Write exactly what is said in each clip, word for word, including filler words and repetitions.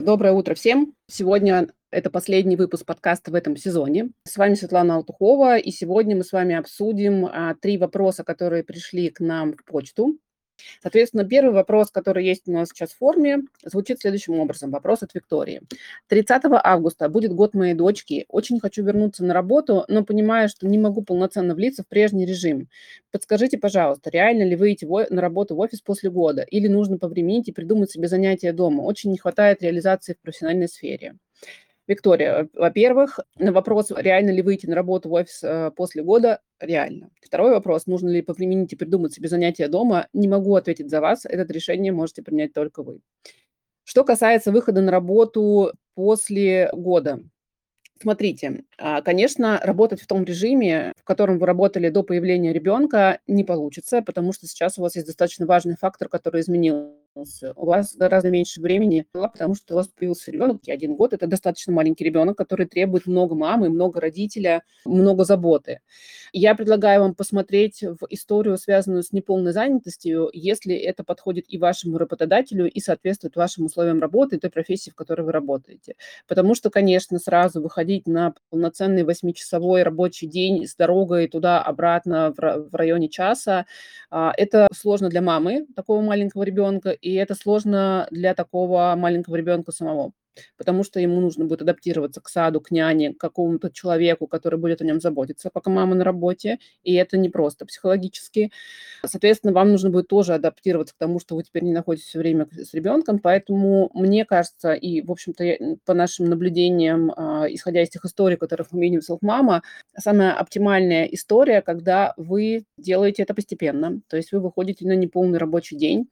Доброе утро всем! Сегодня это последний выпуск подкаста в этом сезоне. С вами Светлана Алтухова, и сегодня мы с вами обсудим а, три вопроса, которые пришли к нам в почту. Соответственно, первый вопрос, который есть у нас сейчас в форме, звучит следующим образом. Вопрос от Виктории. тридцатого августа будет год моей дочки. Очень хочу вернуться на работу, но понимаю, что не могу полноценно влиться в прежний режим. Подскажите, пожалуйста, реально ли выйти в о- на работу в офис после года? Или нужно повременить и придумать себе занятия дома? Очень не хватает реализации в профессиональной сфере. Виктория, во-первых, на вопрос, реально ли выйти на работу в офис э, после года, реально. Второй вопрос, нужно ли повременить и придумать себе занятия дома, не могу ответить за вас, это решение можете принять только вы. Что касается выхода на работу после года. Смотрите, а, конечно, работать в том режиме, в котором вы работали до появления ребенка, не получится, потому что сейчас у вас есть достаточно важный фактор, который изменился. У вас гораздо меньше времени, потому что у вас появился ребенок, и один год– это достаточно маленький ребенок, который требует много мамы, много родителя, много заботы. Я предлагаю вам посмотреть в историю, связанную с неполной занятостью, если это подходит и вашему работодателю, и соответствует вашим условиям работы, и той профессии, в которой вы работаете. Потому что, конечно, сразу выходить на полноценный восьмичасовой рабочий день с дорогой туда-обратно в ра- в районе часа, а, это сложно для мамы такого маленького ребенка, и это сложно для такого маленького ребенка самого. Потому что ему нужно будет адаптироваться к саду, к няне, к какому-то человеку, который будет о нем заботиться, пока мама на работе. И это не просто психологически. Соответственно, вам нужно будет тоже адаптироваться к тому, что вы теперь не находитесь все время к с ребенком. Поэтому мне кажется, и, в общем-то, я, м, по нашим наблюдениям, а, исходя из тех историй, которых мы видим в "Селфмама", самая оптимальная история, когда вы делаете это постепенно. То есть вы выходите на неполный рабочий день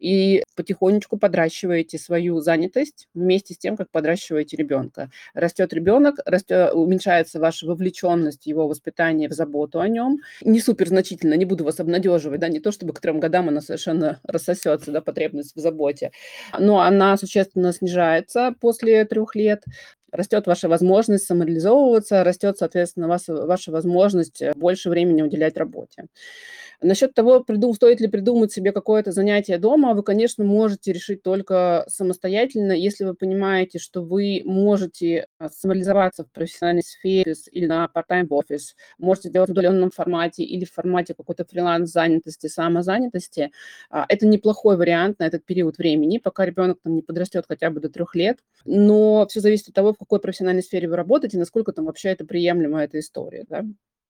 и потихонечку подращиваете свою занятость вместе с тем, как подращиваете ребенка. Растет ребенок, растё уменьшается ваша вовлеченность в его воспитание, в заботу о нем, не супер значительно, не буду вас обнадеживать, да, не то чтобы к трем годам она совершенно рассосется, да, потребность в заботе, но она существенно снижается после трех лет. Растет ваша возможность самореализовываться, растет, соответственно, вас ваша возможность, э, больше времени уделять работе. Насчет того, придум стоит ли придумать себе какое-то занятие дома, вы, конечно, можете решить только самостоятельно, если вы понимаете, что вы можете, а, самореализоваться в профессиональной сфере с или на part-time офис, можете делать в удаленном формате или в формате какой-то фриланс-занятости, самозанятости. А, это неплохой вариант на этот период времени, пока ребенок там не подрастет хотя бы до трех лет. Но все зависит от того, в какой профессиональной сфере вы работаете, насколько там вообще это приемлема, эта история, да.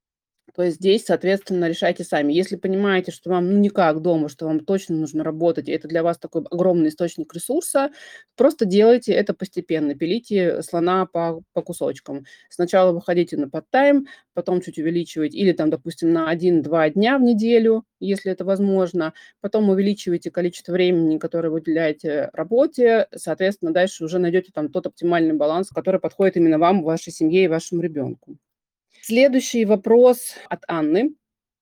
То есть здесь, соответственно, решайте сами. Если понимаете, что вам, ну, никак дома, что вам точно нужно работать, и это для вас такой огромный источник ресурса, просто делайте это постепенно, пилите слона по, по кусочкам. Сначала выходите на part-time, потом чуть увеличиваете, или там, допустим, на один-два дня в неделю, если это возможно, потом увеличиваете количество времени, которое вы уделяете работе, соответственно, дальше уже найдете там тот оптимальный баланс, который подходит именно вам, вашей семье и вашему ребенку. Следующий вопрос от Анны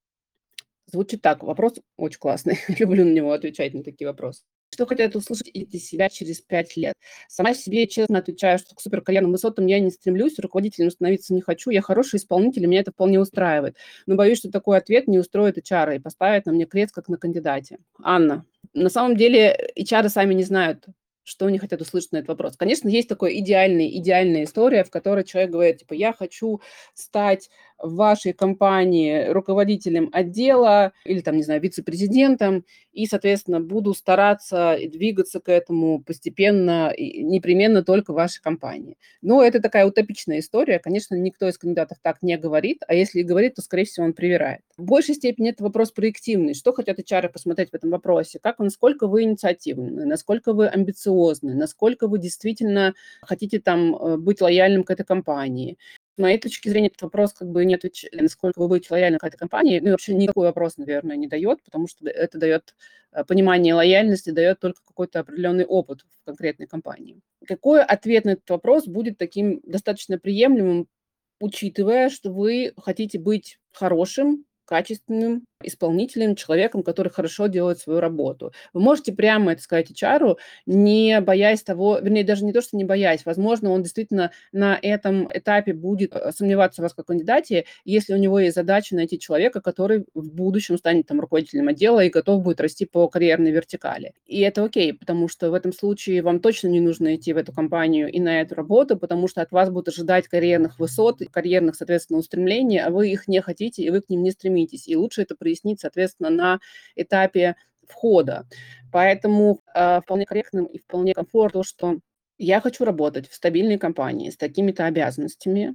звучит так. Вопрос очень классный. Люблю на него отвечать, на такие вопросы. Что хотят услышать из себя через пять лет? Сама себе честно отвечаю, что к суперкарьерным высотам я не стремлюсь, руководителем становиться не хочу. Я хороший исполнитель, и меня это вполне устраивает. Но боюсь, что такой ответ не устроит эйч ар и поставит на мне крест, как на кандидате. Анна, на самом деле эйч ар сами не знают, что они хотят услышать на этот вопрос. Конечно, есть такой идеальный, идеальная история, в которой человек говорит, типа, я хочу стать в вашей компании руководителем отдела или там, не знаю, вице-президентом, и, соответственно, буду стараться и двигаться к этому постепенно, и непременно только в вашей компании. Но это такая утопичная история. Конечно, никто из кандидатов так не говорит, а если и говорит, то, скорее всего, он привирает. В большей степени это вопрос проективный. Что хотят эйч ар посмотреть в этом вопросе? Как, насколько вы инициативны, насколько вы амбициозны, насколько вы действительно хотите там э, быть лояльным к этой компании. С моей точки зрения, этот вопрос как бы не отвечает, насколько вы будете лояльны к этой компании. Ну и вообще никакой вопрос, наверное, не дает, потому что это дает э, понимание лояльности, дает только какой-то определенный опыт в конкретной компании. Какой ответ на этот вопрос будет таким достаточно приемлемым, учитывая, что вы хотите быть хорошим, качественным исполнителем, человеком, который хорошо делает свою работу. Вы можете прямо это сказать эйч ар, не боясь того, вернее, даже не то, что не боясь, возможно, он действительно на этом этапе будет э, сомневаться в вас как кандидате, если у него есть задача найти человека, который в будущем станет там руководителем отдела и готов будет расти по карьерной вертикали. И это окей, потому что в этом случае вам точно не нужно идти в эту компанию и на эту работу, потому что от вас будут ожидать карьерных высот, карьерных, соответственно, устремлений, а вы их не хотите, и вы к ним не стремитесь. И лучше это прояснить, соответственно, на этапе входа. Поэтому э, вполне корректным и вполне комфортно, что я хочу работать в стабильной компании с такими-то обязанностями,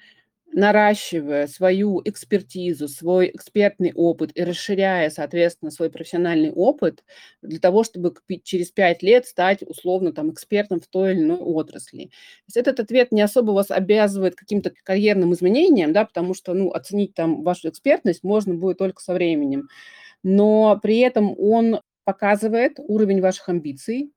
наращивая свою экспертизу, свой экспертный опыт и расширяя, соответственно, свой профессиональный опыт для того, чтобы к пи- через пять лет стать условно там экспертом в той или иной отрасли. То есть этот ответ не особо вас обязывает к каким-то карьерным изменениям, да, потому что, ну, оценить там вашу экспертность можно будет только со временем, но при этом он показывает уровень ваших амбиций,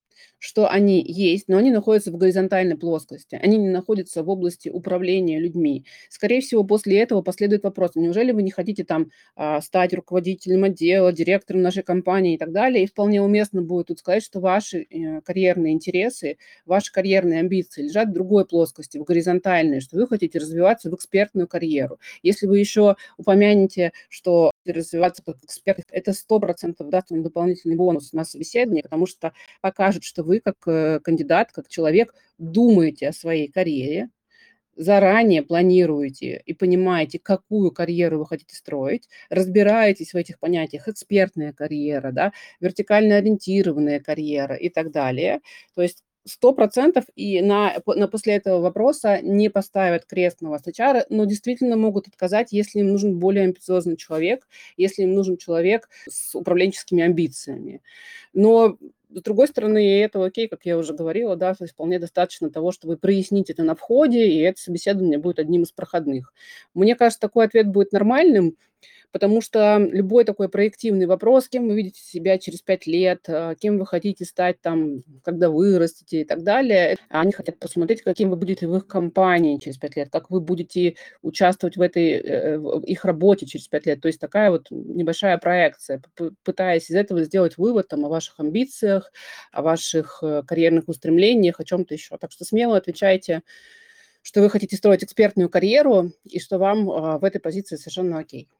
что они есть, но они находятся в горизонтальной плоскости. Они не находятся в области управления людьми. Скорее всего, после этого последует вопрос: неужели вы не хотите там а, стать руководителем отдела, директором нашей компании и так далее? И вполне уместно будет тут сказать, что ваши э, карьерные интересы, ваши карьерные амбиции лежат в другой плоскости, в горизонтальной, что вы хотите развиваться в экспертную карьеру. Если вы еще упомянете, что развиваться как эксперт, это сто процентов даст вам дополнительный бонус на собеседовании, потому что покажет, что вы как э, кандидат, как человек думаете о своей карьере, заранее планируете и понимаете, какую карьеру вы хотите строить, разбираетесь в этих понятиях: экспертная карьера, да, вертикально ориентированная карьера и так далее. То есть сто процентов и на, на после этого вопроса не поставят крест на вас эйч ар, но действительно могут отказать, если им нужен более амбициозный человек, если им нужен человек с управленческими амбициями. Но с другой стороны, и это окей, как я уже говорила, да, то есть вполне достаточно того, что вы проясните это на входе, и это собеседование будет одним из проходных. Мне кажется, такой ответ будет нормальным, потому что любой такой проективный вопрос: кем вы видите себя через пять лет, а, кем вы хотите стать там, когда вырастете и так далее. Они хотят посмотреть, каким вы будете в их компании через пять лет, как вы будете участвовать в этой э, в их работе через пять лет. То есть такая вот небольшая проекция, п- пытаясь из этого сделать вывод там о ваших амбициях, о ваших э, карьерных устремлениях, о чем-то еще. Так что смело отвечайте, что вы хотите строить экспертную карьеру и что вам а, в этой позиции совершенно окей.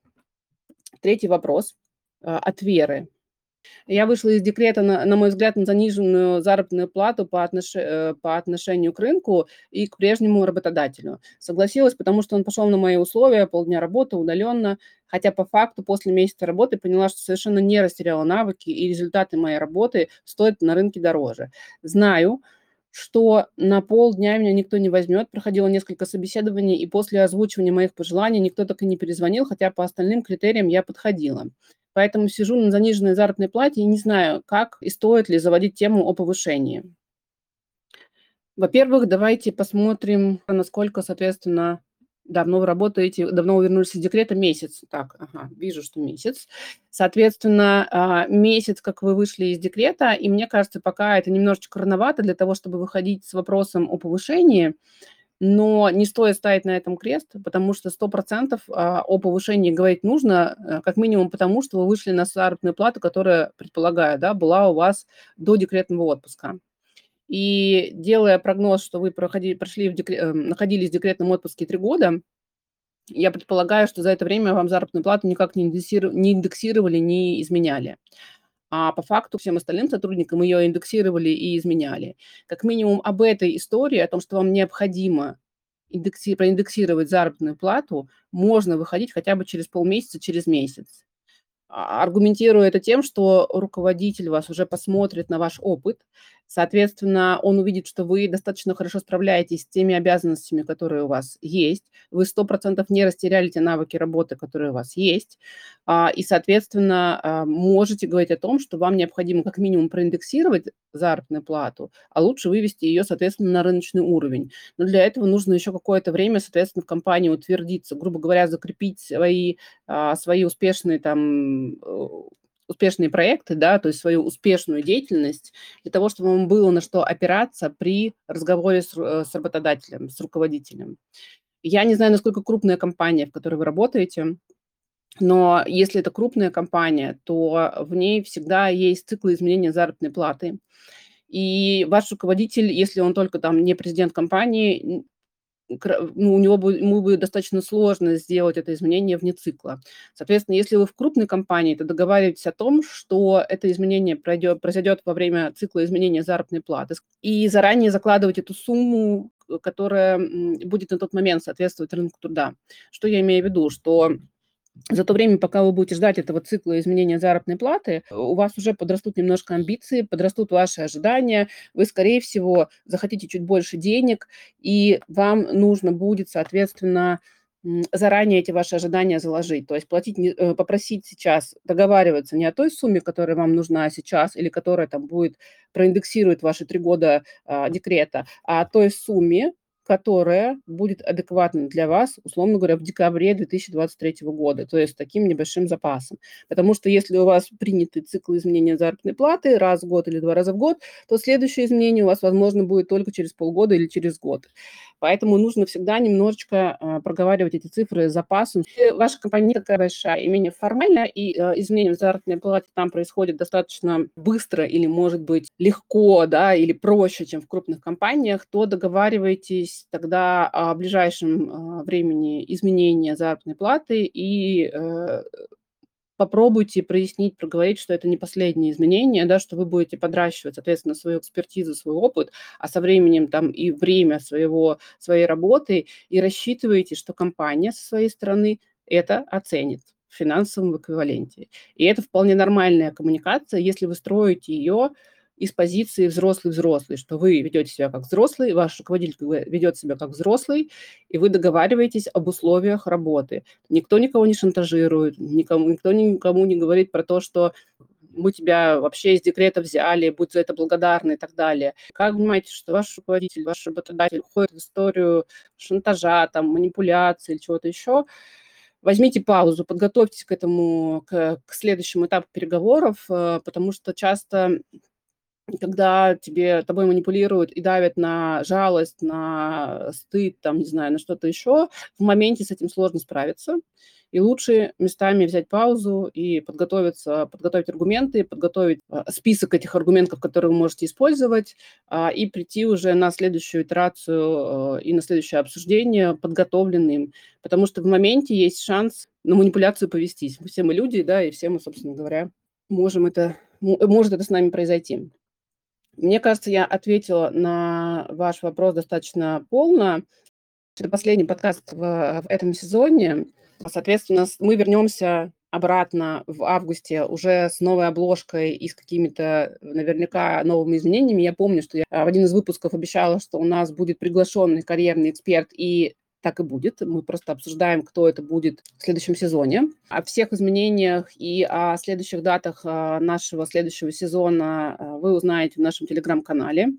Третий вопрос а, от Веры. Я вышла из декрета, на, на мой взгляд, на заниженную заработную плату по, отнош... э, по отношению к рынку и к прежнему работодателю. Согласилась, потому что он пошел на мои условия: полдня работы удаленно, хотя по факту после месяца работы поняла, что совершенно не растеряла навыки, и результаты моей работы стоят на рынке дороже. Знаю, что на полдня меня никто не возьмет. Проходила несколько собеседований, и после озвучивания моих пожеланий никто так и не перезвонил, хотя по остальным критериям я подходила. Поэтому сижу на заниженной заработной плате и не знаю, как и стоит ли заводить тему о повышении. Во-первых, давайте посмотрим, насколько, соответственно, давно вы работаете, давно вы вернулись из декрета, месяц. Так, ага, вижу, что месяц. Соответственно, а, месяц, как вы вышли из декрета, и мне кажется, пока это немножечко рановато для того, чтобы выходить с вопросом о повышении, но не стоит ставить на этом крест, потому что сто процентов а, о повышении говорить нужно, э, как минимум потому, что вы вышли на заработную плату, которая, предполагаю, да, была у вас до декретного отпуска. И делая прогноз, что вы проходили, прошли в декре- э, находились в декретном отпуске три года, я предполагаю, что за это время вам заработную плату никак не индексиру- не индексировали, не изменяли. А по факту всем остальным сотрудникам ее индексировали и изменяли. Как минимум об этой истории, о том, что вам необходимо индекси- проиндексировать заработную плату, можно выходить хотя бы через полмесяца, через месяц. А, аргументирую это тем, что руководитель вас уже посмотрит на ваш опыт. Соответственно, он увидит, что вы достаточно хорошо справляетесь с теми обязанностями, которые у вас есть. Вы сто процентов не растеряли те навыки работы, которые у вас есть. А, И, соответственно, а, можете говорить о том, что вам необходимо как минимум проиндексировать заработную плату, а лучше вывести ее, соответственно, на рыночный уровень. Но для этого нужно еще какое-то время, соответственно, в компании утвердиться, грубо говоря, закрепить свои а, свои успешные там э, успешные проекты, да, то есть свою успешную деятельность для того, чтобы вам было на что опираться при разговоре с, ру- э, с работодателем, с руководителем. Я не знаю, насколько крупная компания, в которой вы работаете, Но если это крупная компания, то в ней всегда есть циклы изменения заработной платы. И ваш руководитель, если он только там не президент компании, н кра ну, у него будет ему будет достаточно сложно сделать это изменение вне цикла. Соответственно, если вы в крупной компании, то договаривайтесь о том, что это изменение пройдет произойдет во время цикла изменения заработной платы, ск и заранее закладывать эту сумму, к которая, м, будет на тот момент соответствовать рынку труда. Что я имею в виду? Что за то время, пока вы будете ждать этого цикла изменения заработной платы, у вас уже подрастут немножко амбиции, подрастут ваши ожидания. Вы, скорее всего, захотите чуть больше денег, и вам нужно будет, соответственно, м, заранее эти ваши ожидания заложить. То есть платить не э, попросить сейчас договариваться не о той сумме, которая вам нужна сейчас или которая там будет проиндексирует ваши три года, а, декрета, а о той сумме, которая будет адекватна для вас, условно говоря, в декабре две тысячи двадцать третьего года, то есть с таким небольшим запасом. Потому что если у вас принятый цикл изменения заработной платы раз в год или два раза в год, то следующее изменение у вас, возможно, будет только через полгода или через год. Поэтому нужно всегда немножечко, а, проговаривать эти цифры с запасом. Если ваша компания не такая большая и менее формальная, и, э, изменение в заработной плате там происходит достаточно быстро или, может быть, легко, да, или проще, чем в крупных компаниях, то договаривайтесь тогда о ближайшем, а, времени изменения заработной платы и, э, попробуйте прояснить, проговорить, что это не последнее изменение, да, что вы будете подращивать, соответственно, свою экспертизу, свой опыт, а со временем там и время своего своей работы, и рассчитываете, что компания со своей стороны это оценит в финансовом эквиваленте. И это вполне нормальная коммуникация, если вы строите ее из позиции взрослый-взрослый, что вы ведете себя как взрослый, ваш руководитель в ведет себя как взрослый, и вы договариваетесь об условиях работы. Никто никого не шантажирует, никому никто никому не говорит про то, что мы тебя вообще из декрета взяли, будь за это благодарны и так далее. Как вы понимаете, что ваш руководитель, ваш работодатель уходит в историю шантажа, там, манипуляций или чего-то еще, возьмите паузу, подготовьтесь к этому, к к следующему этапу переговоров, э, потому что часто, когда тебе тобой манипулируют и давят на жалость, на стыд, там, не знаю, на что-то еще, в моменте с этим сложно справиться. И лучше местами взять паузу и подготовиться, подготовить аргументы, подготовить, а, список этих аргументов, которые вы можете использовать, а, и прийти уже на следующую итерацию, э, и на следующее обсуждение подготовленным. Потому что в моменте есть шанс на манипуляцию повестись. Все мы люди, да, и все мы, собственно говоря, можем это мо может это с нами произойти. Мне кажется, я ответила на ваш вопрос достаточно полно. Это последний подкаст в в этом сезоне. Соответственно, с мы вернемся обратно в августе уже с новой обложкой и с какими-то наверняка новыми изменениями. Я помню, что я а, в один из выпусков обещала, что у нас будет приглашенный карьерный эксперт, и так и будет. Мы просто обсуждаем, кто это будет в следующем сезоне. О всех изменениях и о следующих датах, а, нашего следующего сезона, а, вы узнаете в нашем телеграм-канале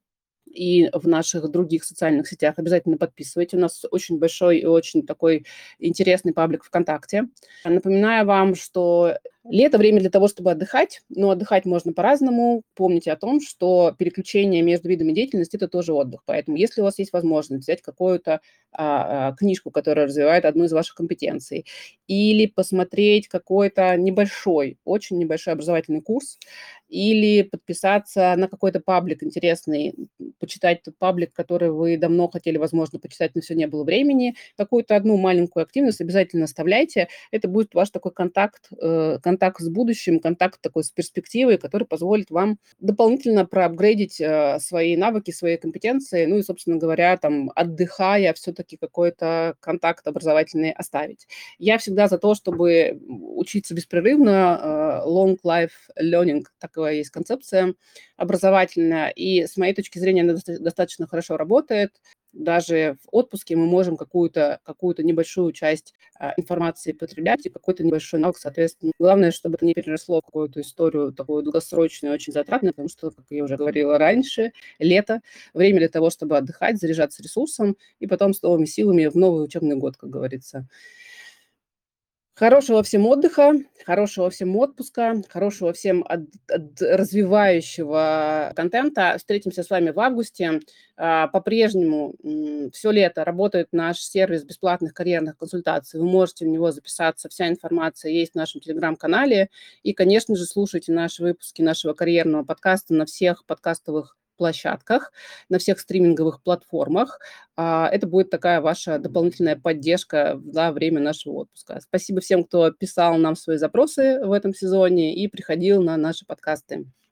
и в наших других социальных сетях. Обязательно подписывайтесь. У нас очень большой и очень такой интересный паблик ВКонтакте. Напоминаю вам, что лето- время для того, чтобы отдыхать, но отдыхать можно по-разному. Помните о том, что переключение между видами деятельности- это тоже отдых. Поэтому если у вас есть возможность взять какую-то, а, а, книжку, которая развивает одну из ваших компетенций, или посмотреть какой-то небольшой, очень небольшой образовательный курс, или подписаться на какой-то паблик интересный, почитать тот паблик, который вы давно хотели, возможно, почитать, но всё не было времени. Какую-то одну маленькую активность обязательно оставляйте. Это будет ваш такой контакт, э, контакт с будущим, контакт такой с перспективой, который позволит вам дополнительно проапгрейдить, э, свои навыки, свои компетенции. Ну и, собственно говоря, там, отдыхая, всё-таки какой-то контакт образовательный оставить. Я всегда за то, чтобы учиться беспрерывно, э, long life learning, такая есть концепция образовательная. И с моей точки зрения она доста достаточно хорошо работает. Даже в отпуске мы можем какую-то какую-то небольшую часть, а, информации потреблять и какой-то небольшой навык, соответственно. Главное, чтобы это не переросло в какую-то историю такую долгосрочную, очень затратную, потому что, как я уже говорила раньше, лето- время для того, чтобы отдыхать, заряжаться ресурсом и потом с новыми силами в новый учебный год, как говорится. Хорошего всем отдыха, хорошего всем отпуска, хорошего всем от от развивающего контента. Встретимся с вами в августе. А, по-прежнему, м, всё лето работает наш сервис бесплатных карьерных консультаций. Вы можете в него записаться. Вся информация есть в нашем телеграм-канале. И, конечно же, слушайте наши выпуски нашего карьерного подкаста на всех подкастовых площадках, на всех стриминговых платформах. А, это будет такая ваша дополнительная поддержка во время нашего отпуска. Спасибо всем, кто писал нам свои запросы в этом сезоне и приходил на наши подкасты.